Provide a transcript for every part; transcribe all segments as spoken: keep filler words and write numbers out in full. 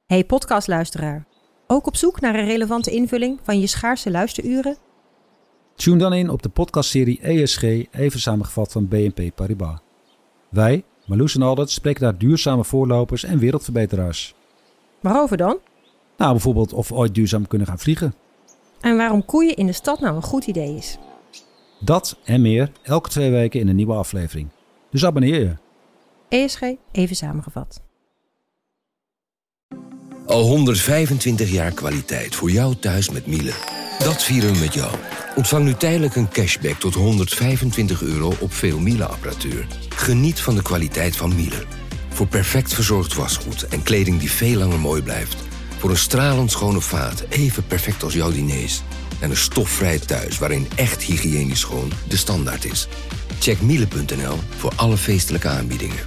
Hey podcastluisteraar, ook op zoek naar een relevante invulling van je schaarse luisteruren? Tune dan in op de podcastserie E S G, even samengevat van B N P Paribas. Wij, Marloes en Aldert, spreken daar duurzame voorlopers en wereldverbeteraars. Waarover dan? Nou, bijvoorbeeld of we ooit duurzaam kunnen gaan vliegen. En waarom koeien in de stad nou een goed idee is. Dat en meer elke twee weken in een nieuwe aflevering. Dus abonneer je. E S G, even samengevat. Al honderdvijfentwintig jaar kwaliteit voor jou thuis met Miele. Dat vieren we met jou. Ontvang nu tijdelijk een cashback tot honderdvijfentwintig euro op veel Miele-apparatuur. Geniet van de kwaliteit van Miele. Voor perfect verzorgd wasgoed en kleding die veel langer mooi blijft. Voor een stralend schone vaat, even perfect als jouw diners. En een stofvrij thuis waarin echt hygiënisch schoon de standaard is. Check miele punt n l voor alle feestelijke aanbiedingen.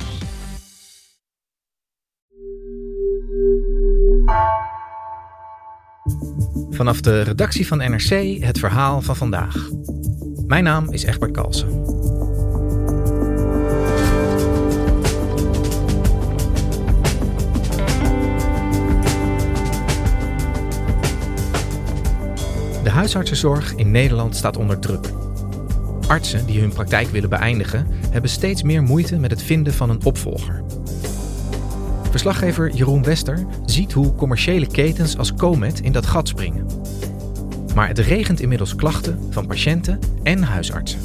Vanaf de redactie van N R C het verhaal van vandaag. Mijn naam is Egbert Kalsen. De huisartsenzorg in Nederland staat onder druk. Artsen die hun praktijk willen beëindigen, hebben steeds meer moeite met het vinden van een opvolger. Verslaggever Jeroen Wester ziet hoe commerciële ketens als Comet in dat gat springen. Maar het regent inmiddels klachten van patiënten en huisartsen.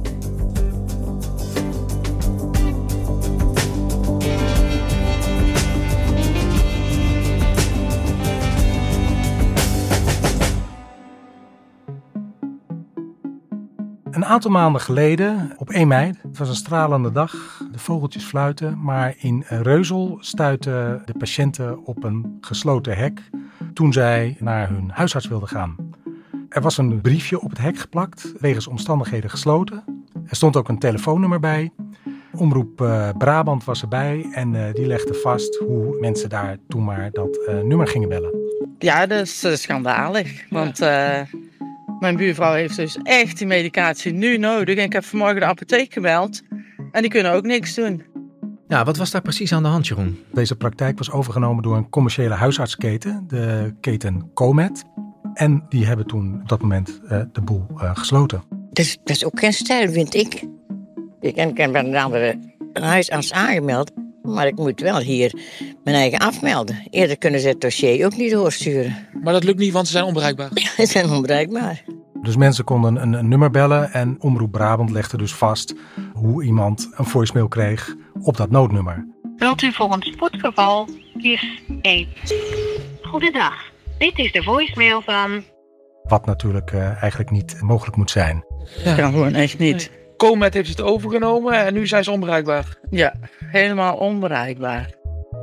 Een aantal maanden geleden, op één mei, het was een stralende dag, de vogeltjes fluiten, maar in Reuzel stuitten de patiënten op een gesloten hek toen zij naar hun huisarts wilden gaan. Er was een briefje op het hek geplakt, wegens omstandigheden gesloten. Er stond ook een telefoonnummer bij. Omroep uh, Brabant was erbij en uh, die legde vast hoe mensen daar toen maar dat uh, nummer gingen bellen. Ja, dat is uh, schandalig, want... Uh... Mijn buurvrouw heeft dus echt die medicatie nu nodig. En ik heb vanmorgen de apotheek gebeld. En die kunnen ook niks doen. Ja, wat was daar precies aan de hand, Jeroen? Deze praktijk was overgenomen door een commerciële huisartsketen. De keten Comet. En die hebben toen op dat moment uh, de boel uh, gesloten. Dat is, dat is ook geen stijl, vind ik. Ik heb bij een andere huisarts aangemeld. Maar ik moet wel hier mijn eigen afmelden. Eerder kunnen ze het dossier ook niet doorsturen. Maar dat lukt niet, want ze zijn onbereikbaar. Ze zijn onbereikbaar. Dus mensen konden een, een nummer bellen en Omroep Brabant legde dus vast hoe iemand een voicemail kreeg op dat noodnummer. Wilt u voor een spoedgeval kies één. Goedendag, dit is de voicemail van... Wat natuurlijk uh, eigenlijk niet mogelijk moet zijn. Ja, kan gewoon echt niet. Nee. Comet heeft het overgenomen en nu zijn ze onbereikbaar. Ja, helemaal onbereikbaar.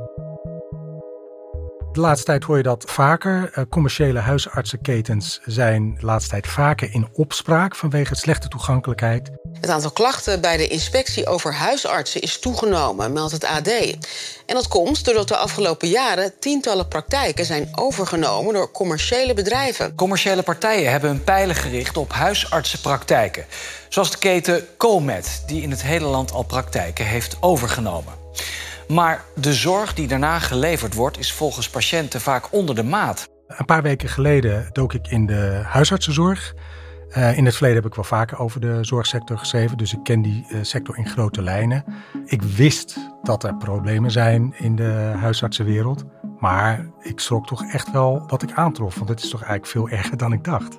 De laatste tijd hoor je dat vaker. Uh, commerciële huisartsenketens zijn de laatste tijd vaker in opspraak vanwege slechte toegankelijkheid. Het aantal klachten bij de inspectie over huisartsen is toegenomen, meldt het A D. En dat komt doordat de afgelopen jaren tientallen praktijken zijn overgenomen door commerciële bedrijven. Commerciële partijen hebben hun pijlen gericht op huisartsenpraktijken. Zoals de keten Comet, die in het hele land al praktijken heeft overgenomen. Maar de zorg die daarna geleverd wordt is volgens patiënten vaak onder de maat. Een paar weken geleden dook ik in de huisartsenzorg. Uh, in het verleden heb ik wel vaker over de zorgsector geschreven, dus ik ken die uh, sector in grote lijnen. Ik wist dat er problemen zijn in de huisartsenwereld, maar ik schrok toch echt wel wat ik aantrof, want het is toch eigenlijk veel erger dan ik dacht.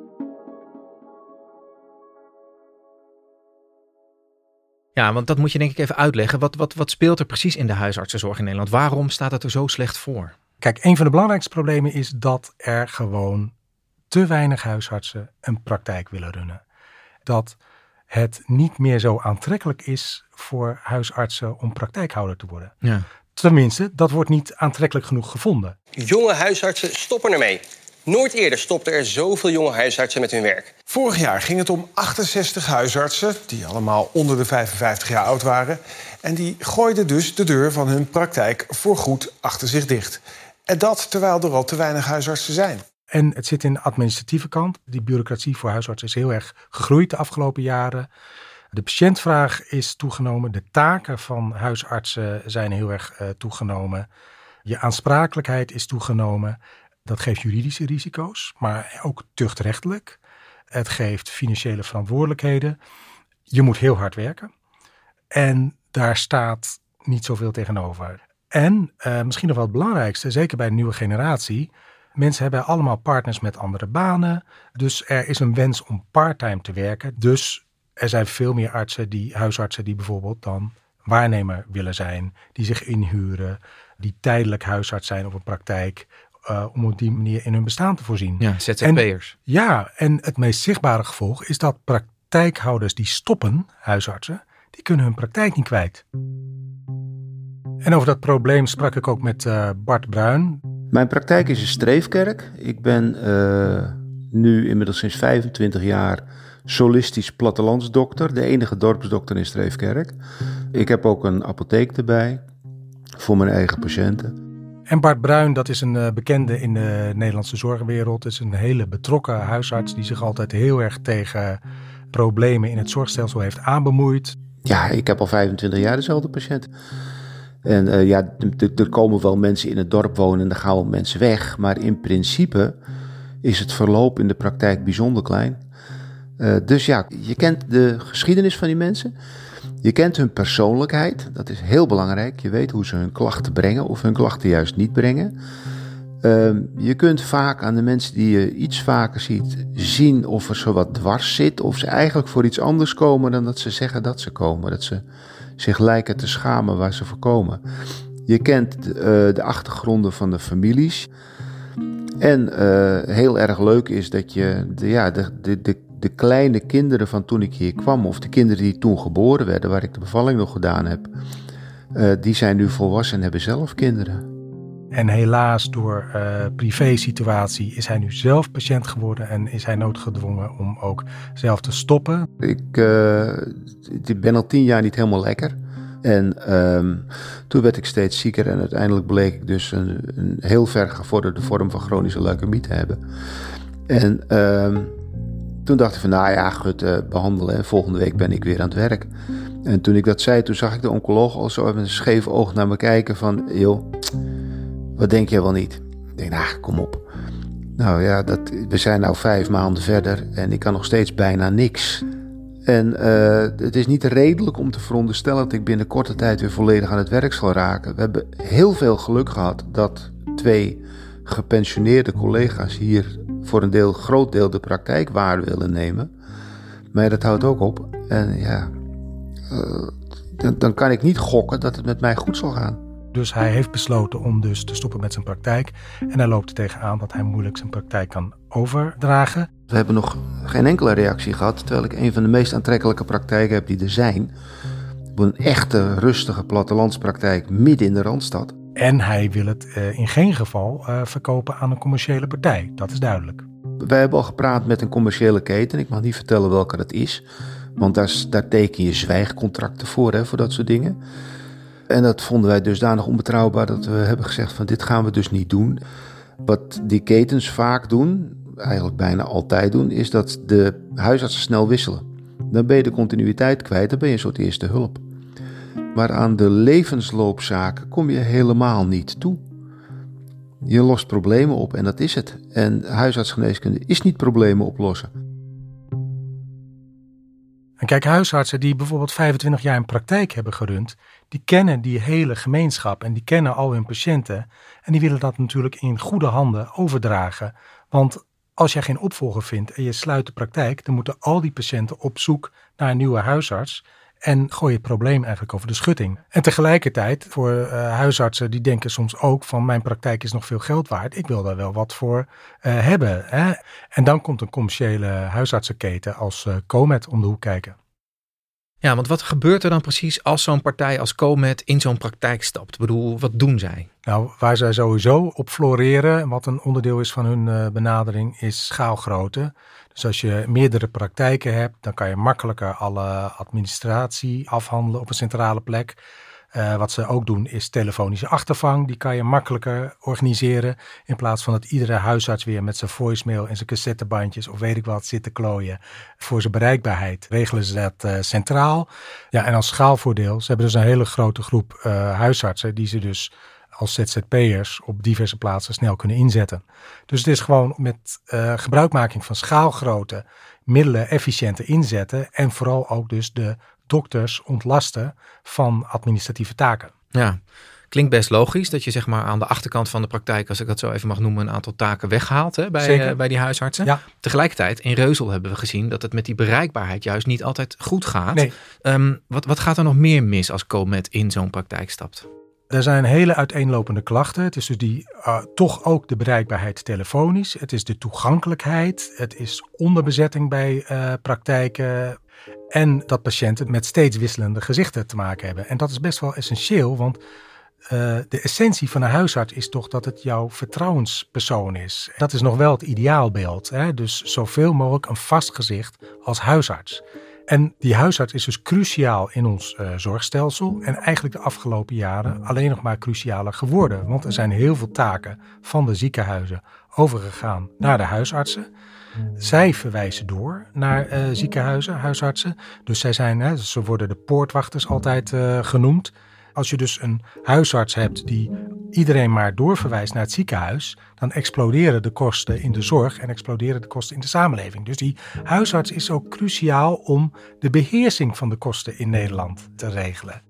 Ja, want dat moet je denk ik even uitleggen. Wat, wat, wat speelt er precies in de huisartsenzorg in Nederland? Waarom staat het er zo slecht voor? Kijk, een van de belangrijkste problemen is dat er gewoon te weinig huisartsen een praktijk willen runnen. Dat het niet meer zo aantrekkelijk is voor huisartsen om praktijkhouder te worden. Ja. Tenminste, dat wordt niet aantrekkelijk genoeg gevonden. Jonge huisartsen stoppen ermee. Nooit eerder stopten er zoveel jonge huisartsen met hun werk. Vorig jaar ging het om achtenzestig huisartsen, die allemaal onder de vijfenvijftig jaar oud waren. En die gooiden dus de deur van hun praktijk voorgoed achter zich dicht. En dat terwijl er al te weinig huisartsen zijn. En het zit in de administratieve kant. Die bureaucratie voor huisartsen is heel erg gegroeid de afgelopen jaren. De patiëntvraag is toegenomen. De taken van huisartsen zijn heel erg uh, toegenomen. Je aansprakelijkheid is toegenomen. Dat geeft juridische risico's, maar ook tuchtrechtelijk. Het geeft financiële verantwoordelijkheden. Je moet heel hard werken. En daar staat niet zoveel tegenover. En uh, misschien nog wel het belangrijkste, zeker bij de nieuwe generatie. Mensen hebben allemaal partners met andere banen. Dus er is een wens om parttime te werken. Dus er zijn veel meer artsen, die, huisartsen die bijvoorbeeld dan waarnemer willen zijn. Die zich inhuren, die tijdelijk huisarts zijn op een praktijk. Uh, om op die manier in hun bestaan te voorzien. Ja, Z Z P'ers. En, ja, en het meest zichtbare gevolg is dat praktijkhouders die stoppen, huisartsen, die kunnen hun praktijk niet kwijt. En over dat probleem sprak ik ook met uh, Bart Bruin. Mijn praktijk is in Streefkerk. Ik ben uh, nu inmiddels sinds vijfentwintig jaar solistisch plattelandsdokter. De enige dorpsdokter in Streefkerk. Ik heb ook een apotheek erbij voor mijn eigen patiënten. En Bart Bruin, dat is een uh, bekende in de Nederlandse zorgwereld. Het is een hele betrokken huisarts die zich altijd heel erg tegen problemen in het zorgstelsel heeft aanbemoeid. Ja, ik heb al vijfentwintig jaar dezelfde patiënt. En uh, ja, er komen wel mensen in het dorp wonen en dan gaan wel mensen weg. Maar in principe is het verloop in de praktijk bijzonder klein. Uh, dus ja, je kent de geschiedenis van die mensen. Je kent hun persoonlijkheid, dat is heel belangrijk. Je weet hoe ze hun klachten brengen of hun klachten juist niet brengen. Uh, je kunt vaak aan de mensen die je iets vaker ziet zien of er zo wat dwars zit. Of ze eigenlijk voor iets anders komen dan dat ze zeggen dat ze komen. Dat ze zich lijken te schamen waar ze voor komen. Je kent de, uh, de achtergronden van de families. En uh, heel erg leuk is dat je de, ja, de, de, de De kleine kinderen van toen ik hier kwam, of de kinderen die toen geboren werden, waar ik de bevalling nog gedaan heb, uh, die zijn nu volwassen en hebben zelf kinderen. En helaas door uh, privé-situatie is hij nu zelf patiënt geworden en is hij noodgedwongen om ook zelf te stoppen. Ik, uh, ik ben al tien jaar niet helemaal lekker. En uh, toen werd ik steeds zieker en uiteindelijk bleek ik dus een, een heel ver gevorderde vorm van chronische leukemie te hebben. En Uh, Toen dacht ik van, nou ja, gut, uh, behandelen en volgende week ben ik weer aan het werk. En toen ik dat zei, toen zag ik de oncoloog al zo met een scheef oog naar me kijken van, joh, wat denk jij wel niet? Ik denk, nou, kom op. Nou ja, dat, we zijn nou vijf maanden verder en ik kan nog steeds bijna niks. En uh, het is niet redelijk om te veronderstellen dat ik binnen korte tijd weer volledig aan het werk zal raken. We hebben heel veel geluk gehad dat twee gepensioneerde collega's hier voor een deel, groot deel de praktijk waar willen nemen. Maar dat houdt ook op. En ja, uh, dan, dan kan ik niet gokken dat het met mij goed zal gaan. Dus hij heeft besloten om dus te stoppen met zijn praktijk. En hij loopt er tegenaan dat hij moeilijk zijn praktijk kan overdragen. We hebben nog geen enkele reactie gehad, terwijl ik een van de meest aantrekkelijke praktijken heb die er zijn. Een echte rustige plattelandspraktijk midden in de Randstad. En hij wil het uh, in geen geval uh, verkopen aan een commerciële partij. Dat is duidelijk. Wij hebben al gepraat met een commerciële keten. Ik mag niet vertellen welke dat is. Want daar, daar teken je zwijgcontracten voor, hè, voor dat soort dingen. En dat vonden wij dusdanig onbetrouwbaar dat we hebben gezegd van dit gaan we dus niet doen. Wat die ketens vaak doen, eigenlijk bijna altijd doen, is dat de huisartsen snel wisselen. Dan ben je de continuïteit kwijt, dan ben je een soort eerste hulp. Maar aan de levensloopzaken kom je helemaal niet toe. Je lost problemen op en dat is het. En huisartsgeneeskunde is niet problemen oplossen. En kijk, huisartsen die bijvoorbeeld vijfentwintig jaar in praktijk hebben gerund, die kennen die hele gemeenschap en die kennen al hun patiënten. En die willen dat natuurlijk in goede handen overdragen. Want als jij geen opvolger vindt en je sluit de praktijk, dan moeten al die patiënten op zoek naar een nieuwe huisarts. En gooi je het probleem eigenlijk over de schutting. En tegelijkertijd voor uh, huisartsen die denken soms ook van mijn praktijk is nog veel geld waard. Ik wil daar wel wat voor uh, hebben. Hè? En dan komt een commerciële huisartsenketen als uh, Comet om de hoek kijken. Ja, want wat gebeurt er dan precies als zo'n partij als Comet in zo'n praktijk stapt? Ik bedoel, wat doen zij? Nou, waar zij sowieso op floreren, wat een onderdeel is van hun uh, benadering, is schaalgrootte. Dus als je meerdere praktijken hebt, dan kan je makkelijker alle administratie afhandelen op een centrale plek. Uh, wat ze ook doen is telefonische achtervang. Die kan je makkelijker organiseren. In plaats van dat iedere huisarts weer met zijn voicemail en zijn cassettebandjes of weet ik wat zit te klooien. Voor zijn bereikbaarheid regelen ze dat uh, centraal. Ja, en als schaalvoordeel, ze hebben dus een hele grote groep uh, huisartsen die ze dus als Z Z P'ers op diverse plaatsen snel kunnen inzetten. Dus het is gewoon met uh, gebruikmaking van schaalgrote middelen efficiënter inzetten en vooral ook dus de dokters ontlasten van administratieve taken. Ja, klinkt best logisch dat je zeg maar aan de achterkant van de praktijk, als ik dat zo even mag noemen, een aantal taken weghaalt hè, bij, uh, bij die huisartsen. Ja. Tegelijkertijd, in Reuzel hebben we gezien dat het met die bereikbaarheid juist niet altijd goed gaat. Nee. Um, wat, wat gaat er nog meer mis als Comet in zo'n praktijk stapt? Er zijn hele uiteenlopende klachten. Het is dus die, uh, toch ook de bereikbaarheid telefonisch. Het is de toegankelijkheid. Het is onderbezetting bij uh, praktijken. En dat patiënten met steeds wisselende gezichten te maken hebben. En dat is best wel essentieel, want Uh, de essentie van een huisarts is toch dat het jouw vertrouwenspersoon is. Dat is nog wel het ideaalbeeld. Hè? Dus zoveel mogelijk een vast gezicht als huisarts. En die huisarts is dus cruciaal in ons uh, zorgstelsel. En eigenlijk de afgelopen jaren alleen nog maar crucialer geworden. Want er zijn heel veel taken van de ziekenhuizen overgegaan naar de huisartsen. Zij verwijzen door naar uh, ziekenhuizen, huisartsen. Dus zij zijn, hè, ze worden de poortwachters altijd uh, genoemd. Als je dus een huisarts hebt die iedereen maar doorverwijst naar het ziekenhuis, dan exploderen de kosten in de zorg en exploderen de kosten in de samenleving. Dus die huisarts is ook cruciaal om de beheersing van de kosten in Nederland te regelen.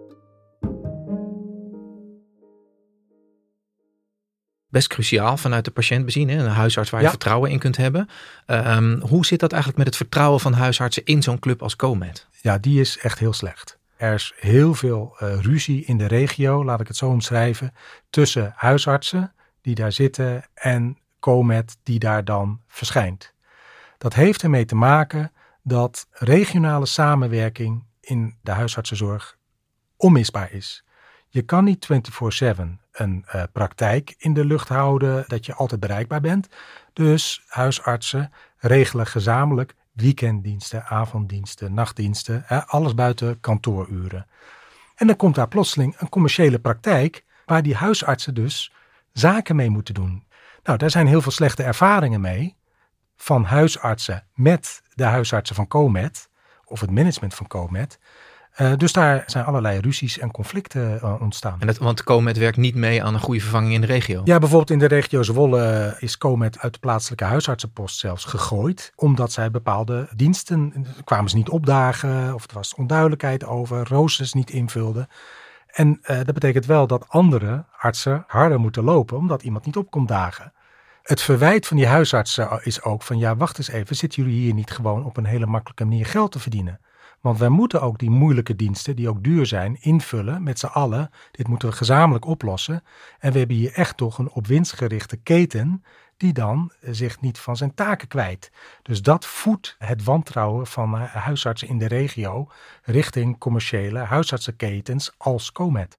Best cruciaal vanuit de patiënt bezien, hè? Een huisarts waar je ja. vertrouwen in kunt hebben. Um, hoe zit dat eigenlijk met het vertrouwen van huisartsen in zo'n club als Comet? Ja, die is echt heel slecht. Er is heel veel uh, ruzie in de regio, laat ik het zo omschrijven, tussen huisartsen die daar zitten en Comet die daar dan verschijnt. Dat heeft ermee te maken dat regionale samenwerking in de huisartsenzorg onmisbaar is. Je kan niet vierentwintig zeven een uh, praktijk in de lucht houden dat je altijd bereikbaar bent. Dus huisartsen regelen gezamenlijk weekenddiensten, avonddiensten, nachtdiensten, hè, alles buiten kantooruren. En dan komt daar plotseling een commerciële praktijk waar die huisartsen dus zaken mee moeten doen. Nou, daar zijn heel veel slechte ervaringen mee van huisartsen met de huisartsen van Comet of het management van Comet. Uh, dus daar zijn allerlei ruzies en conflicten uh, ontstaan. En dat, want Comet werkt niet mee aan een goede vervanging in de regio? Ja, bijvoorbeeld in de regio Zwolle is Comet uit de plaatselijke huisartsenpost zelfs gegooid. Omdat zij bepaalde diensten, kwamen ze niet opdagen of er was onduidelijkheid over, roosters niet invulden. En uh, dat betekent wel dat andere artsen harder moeten lopen omdat iemand niet op komt dagen. Het verwijt van die huisartsen is ook van ja, wacht eens even, zitten jullie hier niet gewoon op een hele makkelijke manier geld te verdienen? Want wij moeten ook die moeilijke diensten, die ook duur zijn, invullen met z'n allen. Dit moeten we gezamenlijk oplossen. En we hebben hier echt toch een op winst gerichte keten die dan zich niet van zijn taken kwijt. Dus dat voedt het wantrouwen van huisartsen in de regio richting commerciële huisartsenketens als Comet.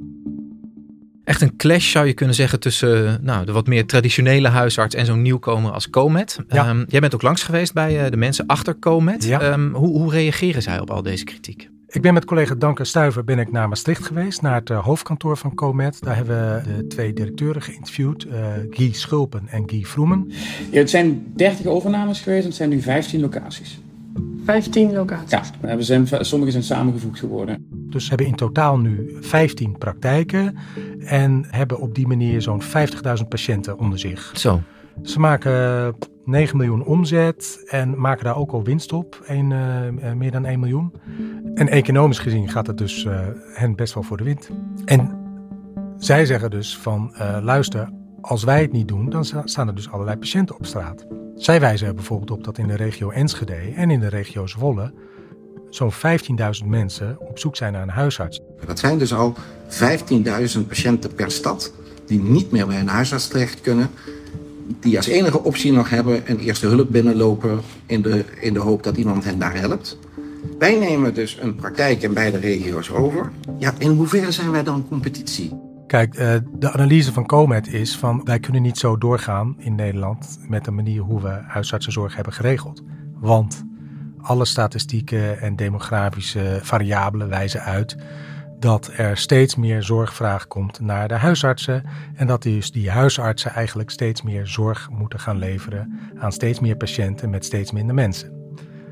Echt een clash zou je kunnen zeggen tussen nou, de wat meer traditionele huisarts en zo'n nieuwkomer als Comet. Ja. Um, jij bent ook langs geweest bij uh, de mensen achter Comet. Ja. Um, hoe, hoe reageren zij op al deze kritiek? Ik ben met collega Danke Stuyver ben ik naar Maastricht geweest, naar het uh, hoofdkantoor van Comet. Daar hebben we de twee directeuren geïnterviewd, uh, Guy Schulpen en Guy Vroemen. Ja, het zijn dertig overnames geweest en het zijn nu vijftien locaties. vijftien locaties? Ja, we zijn, sommige zijn samengevoegd geworden. Dus we hebben in totaal nu vijftien praktijken en hebben op die manier zo'n vijftigduizend patiënten onder zich. Zo. Ze maken negen miljoen omzet en maken daar ook al winst op, een, uh, meer dan één miljoen. En economisch gezien gaat het dus uh, hen best wel voor de wind. En zij zeggen dus van uh, luister, als wij het niet doen, dan staan er dus allerlei patiënten op straat. Zij wijzen er bijvoorbeeld op dat in de regio Enschede en in de regio Zwolle zo'n vijftienduizend mensen op zoek zijn naar een huisarts. Dat zijn dus al vijftienduizend patiënten per stad die niet meer bij een huisarts terecht kunnen, die als enige optie nog hebben een eerste hulp binnenlopen in de, in de hoop dat iemand hen daar helpt. Wij nemen dus een praktijk in beide regio's over. Ja, in hoeverre zijn wij dan competitie? Kijk, de analyse van Comet is van wij kunnen niet zo doorgaan in Nederland met de manier hoe we huisartsenzorg hebben geregeld. Want alle statistieken en demografische variabelen wijzen uit dat er steeds meer zorgvraag komt naar de huisartsen en dat dus die huisartsen eigenlijk steeds meer zorg moeten gaan leveren aan steeds meer patiënten met steeds minder mensen.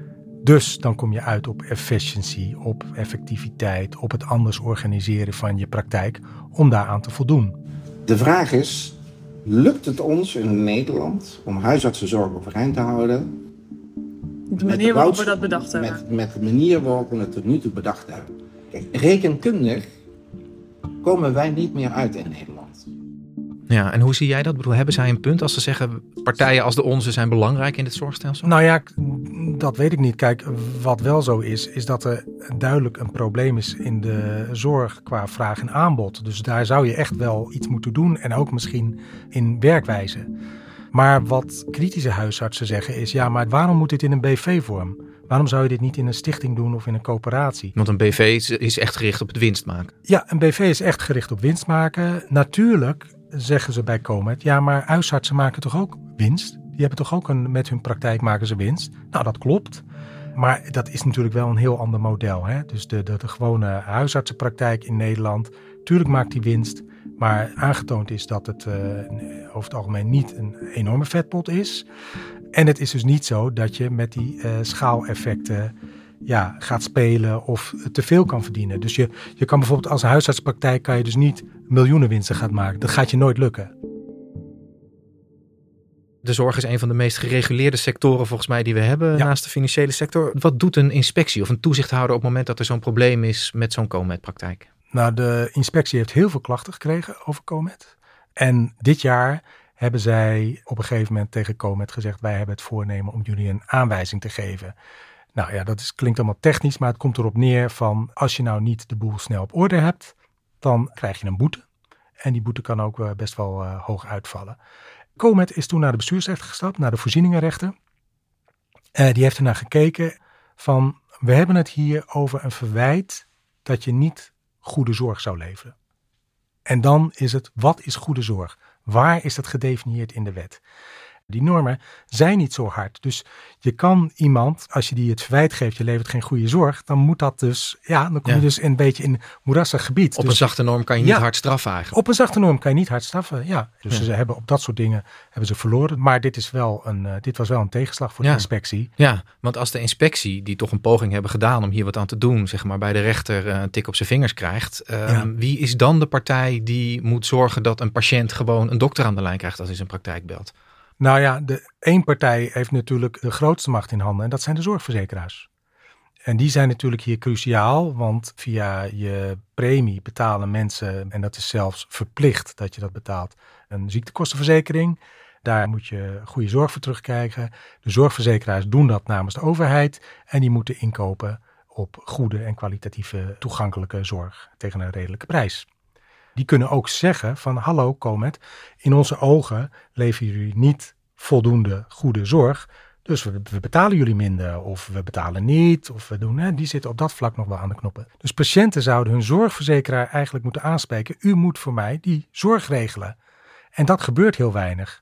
Dus dan kom je uit op efficiëntie, op effectiviteit, op het anders organiseren van je praktijk om daaraan te voldoen. De vraag is, lukt het ons in Nederland om huisartsenzorg overeind te houden? De manier waarop we dat bedacht hebben. Met, met de manier waarop we het tot nu toe bedacht hebben. Kijk, rekenkundig komen wij niet meer uit in Nederland. Ja, en hoe zie jij dat? Ik bedoel, hebben zij een punt als ze zeggen partijen als de onze zijn belangrijk in het zorgstelsel? Nou ja, dat weet ik niet. Kijk, wat wel zo is, is dat er duidelijk een probleem is in de zorg qua vraag en aanbod. Dus daar zou je echt wel iets moeten doen en ook misschien in werkwijze. Maar wat kritische huisartsen zeggen is, ja, maar waarom moet dit in een B V-vorm? Waarom zou je dit niet in een stichting doen of in een coöperatie? Want een B V is echt gericht op het winst maken. Ja, een B V is echt gericht op winst maken. Natuurlijk zeggen ze bij Comet, ja, maar huisartsen maken toch ook winst? Die hebben toch ook een, met hun praktijk maken ze winst? Nou, dat klopt. Maar dat is natuurlijk wel een heel ander model. Hè? Dus de, de, de gewone huisartsenpraktijk in Nederland, tuurlijk maakt die winst. Maar aangetoond is dat het uh, over het algemeen niet een enorme vetpot is. En het is dus niet zo dat je met die uh, schaaleffecten ja, gaat spelen of te veel kan verdienen. Dus je, je kan bijvoorbeeld als een huisartsenpraktijk kan je dus niet miljoenen winsten gaan maken. Dat gaat je nooit lukken. De zorg is een van de meest gereguleerde sectoren volgens mij die we hebben ja. naast de financiële sector. Wat doet een inspectie of een toezichthouder op het moment dat er zo'n probleem is met zo'n Comet-praktijk? Nou, de inspectie heeft heel veel klachten gekregen over Comet. En dit jaar hebben zij op een gegeven moment tegen Comet gezegd, wij hebben het voornemen om jullie een aanwijzing te geven. Nou ja, dat is, klinkt allemaal technisch, maar het komt erop neer van als je nou niet de boel snel op orde hebt, dan krijg je een boete. En die boete kan ook uh, best wel uh, hoog uitvallen. Comet is toen naar de bestuursrechter gestapt, naar de voorzieningenrechter. Uh, die heeft ernaar gekeken van, we hebben het hier over een verwijt dat je niet goede zorg zou leveren. En dan is het, wat is goede zorg? Waar is dat gedefinieerd in de wet? Die normen zijn niet zo hard. Dus je kan iemand, als je die het verwijt geeft, je levert geen goede zorg, dan moet dat dus, ja, dan kom je ja. dus een beetje in moerassig gebied. Op dus, een zachte norm kan je niet ja, hard straffen eigenlijk. Op een zachte norm kan je niet hard straffen, ja. Dus ja. ze hebben op dat soort dingen hebben ze verloren. Maar dit, is wel een, uh, dit was wel een tegenslag voor ja. de inspectie. Ja, want als de inspectie, die toch een poging hebben gedaan om hier wat aan te doen, zeg maar bij de rechter uh, een tik op zijn vingers krijgt, uh, ja. wie is dan de partij die moet zorgen dat een patiënt gewoon een dokter aan de lijn krijgt als hij zijn praktijk belt? Nou ja, de één partij heeft natuurlijk de grootste macht in handen en dat zijn de zorgverzekeraars. En die zijn natuurlijk hier cruciaal, want via je premie betalen mensen, en dat is zelfs verplicht dat je dat betaalt, een ziektekostenverzekering. Daar moet je goede zorg voor terugkrijgen. De zorgverzekeraars doen dat namens de overheid en die moeten inkopen op goede en kwalitatieve toegankelijke zorg tegen een redelijke prijs. Die kunnen ook zeggen van hallo Comet, in onze ogen leveren jullie niet voldoende goede zorg. Dus we, we betalen jullie minder of we betalen niet. Of we doen, hè, die zitten op dat vlak nog wel aan de knoppen. Dus patiënten zouden hun zorgverzekeraar eigenlijk moeten aanspreken. U moet voor mij die zorg regelen. En dat gebeurt heel weinig.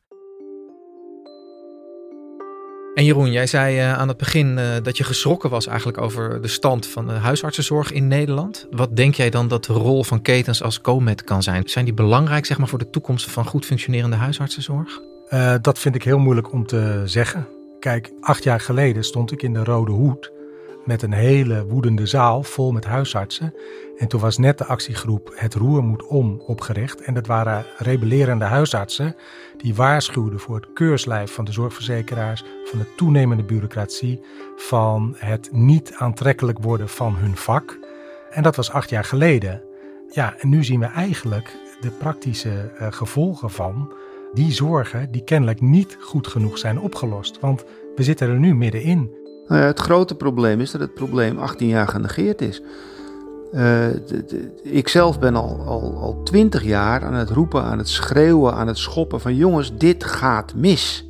En Jeroen, jij zei uh, aan het begin uh, dat je geschrokken was eigenlijk over de stand van de huisartsenzorg in Nederland. Wat denk jij dan dat de rol van ketens als Comet kan zijn? Zijn die belangrijk zeg maar, voor de toekomst van goed functionerende huisartsenzorg? Uh, dat vind ik heel moeilijk om te zeggen. Kijk, acht jaar geleden stond ik in de Rode Hoed met een hele woedende zaal vol met huisartsen. En toen was net de actiegroep Het Roer Moet Om opgericht. En dat waren rebellerende huisartsen die waarschuwden voor het keurslijf van de zorgverzekeraars, van de toenemende bureaucratie, van het niet aantrekkelijk worden van hun vak. En dat was acht jaar geleden. Ja, en nu zien we eigenlijk de praktische uh, gevolgen van die zorgen die kennelijk niet goed genoeg zijn opgelost. Want we zitten er nu middenin. Nou ja, het grote probleem is dat het probleem achttien jaar genegeerd is. Uh, ik zelf ben al, al, al twintig jaar aan het roepen, aan het schreeuwen, aan het schoppen van jongens, dit gaat mis.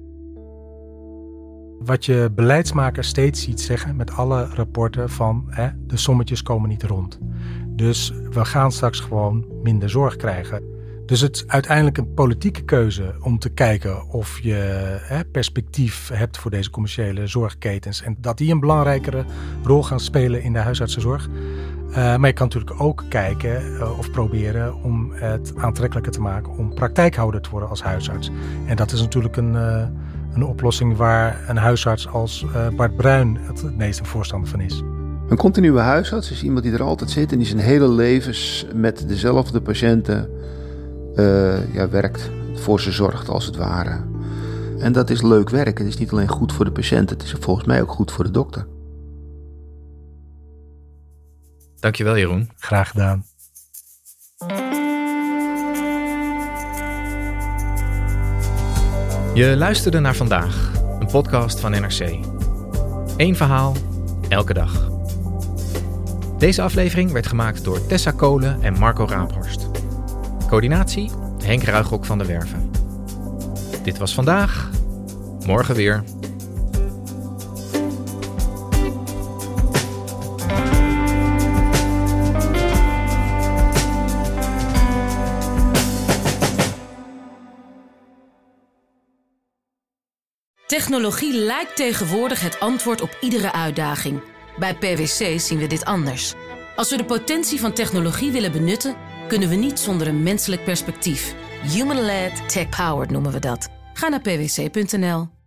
Wat je beleidsmakers steeds ziet zeggen met alle rapporten van hè, de sommetjes komen niet rond. Dus we gaan straks gewoon minder zorg krijgen. Dus het is uiteindelijk een politieke keuze om te kijken of je hè, perspectief hebt voor deze commerciële zorgketens. En dat die een belangrijkere rol gaan spelen in de huisartsenzorg. Uh, maar je kan natuurlijk ook kijken uh, of proberen om het aantrekkelijker te maken om praktijkhouder te worden als huisarts. En dat is natuurlijk een, uh, een oplossing waar een huisarts als uh, Bart Bruin het, het meest een voorstander van is. Een continue huisarts is iemand die er altijd zit en die zijn hele levens met dezelfde patiënten uh, ja, werkt, voor ze zorgt als het ware. En dat is leuk werk. Het is niet alleen goed voor de patiënt, het is volgens mij ook goed voor de dokter. Dankjewel, Jeroen. Graag gedaan. Je luisterde naar Vandaag, een podcast van N R C. Eén verhaal, elke dag. Deze aflevering werd gemaakt door Tessa Kolen en Marco Raaphorst. Coördinatie, Henk Ruigrok van der Werven. Dit was Vandaag, morgen weer. Technologie lijkt tegenwoordig het antwoord op iedere uitdaging. Bij P W C zien we dit anders. Als we de potentie van technologie willen benutten, kunnen we niet zonder een menselijk perspectief. Human-led, tech-powered noemen we dat. Ga naar p w c punt n l.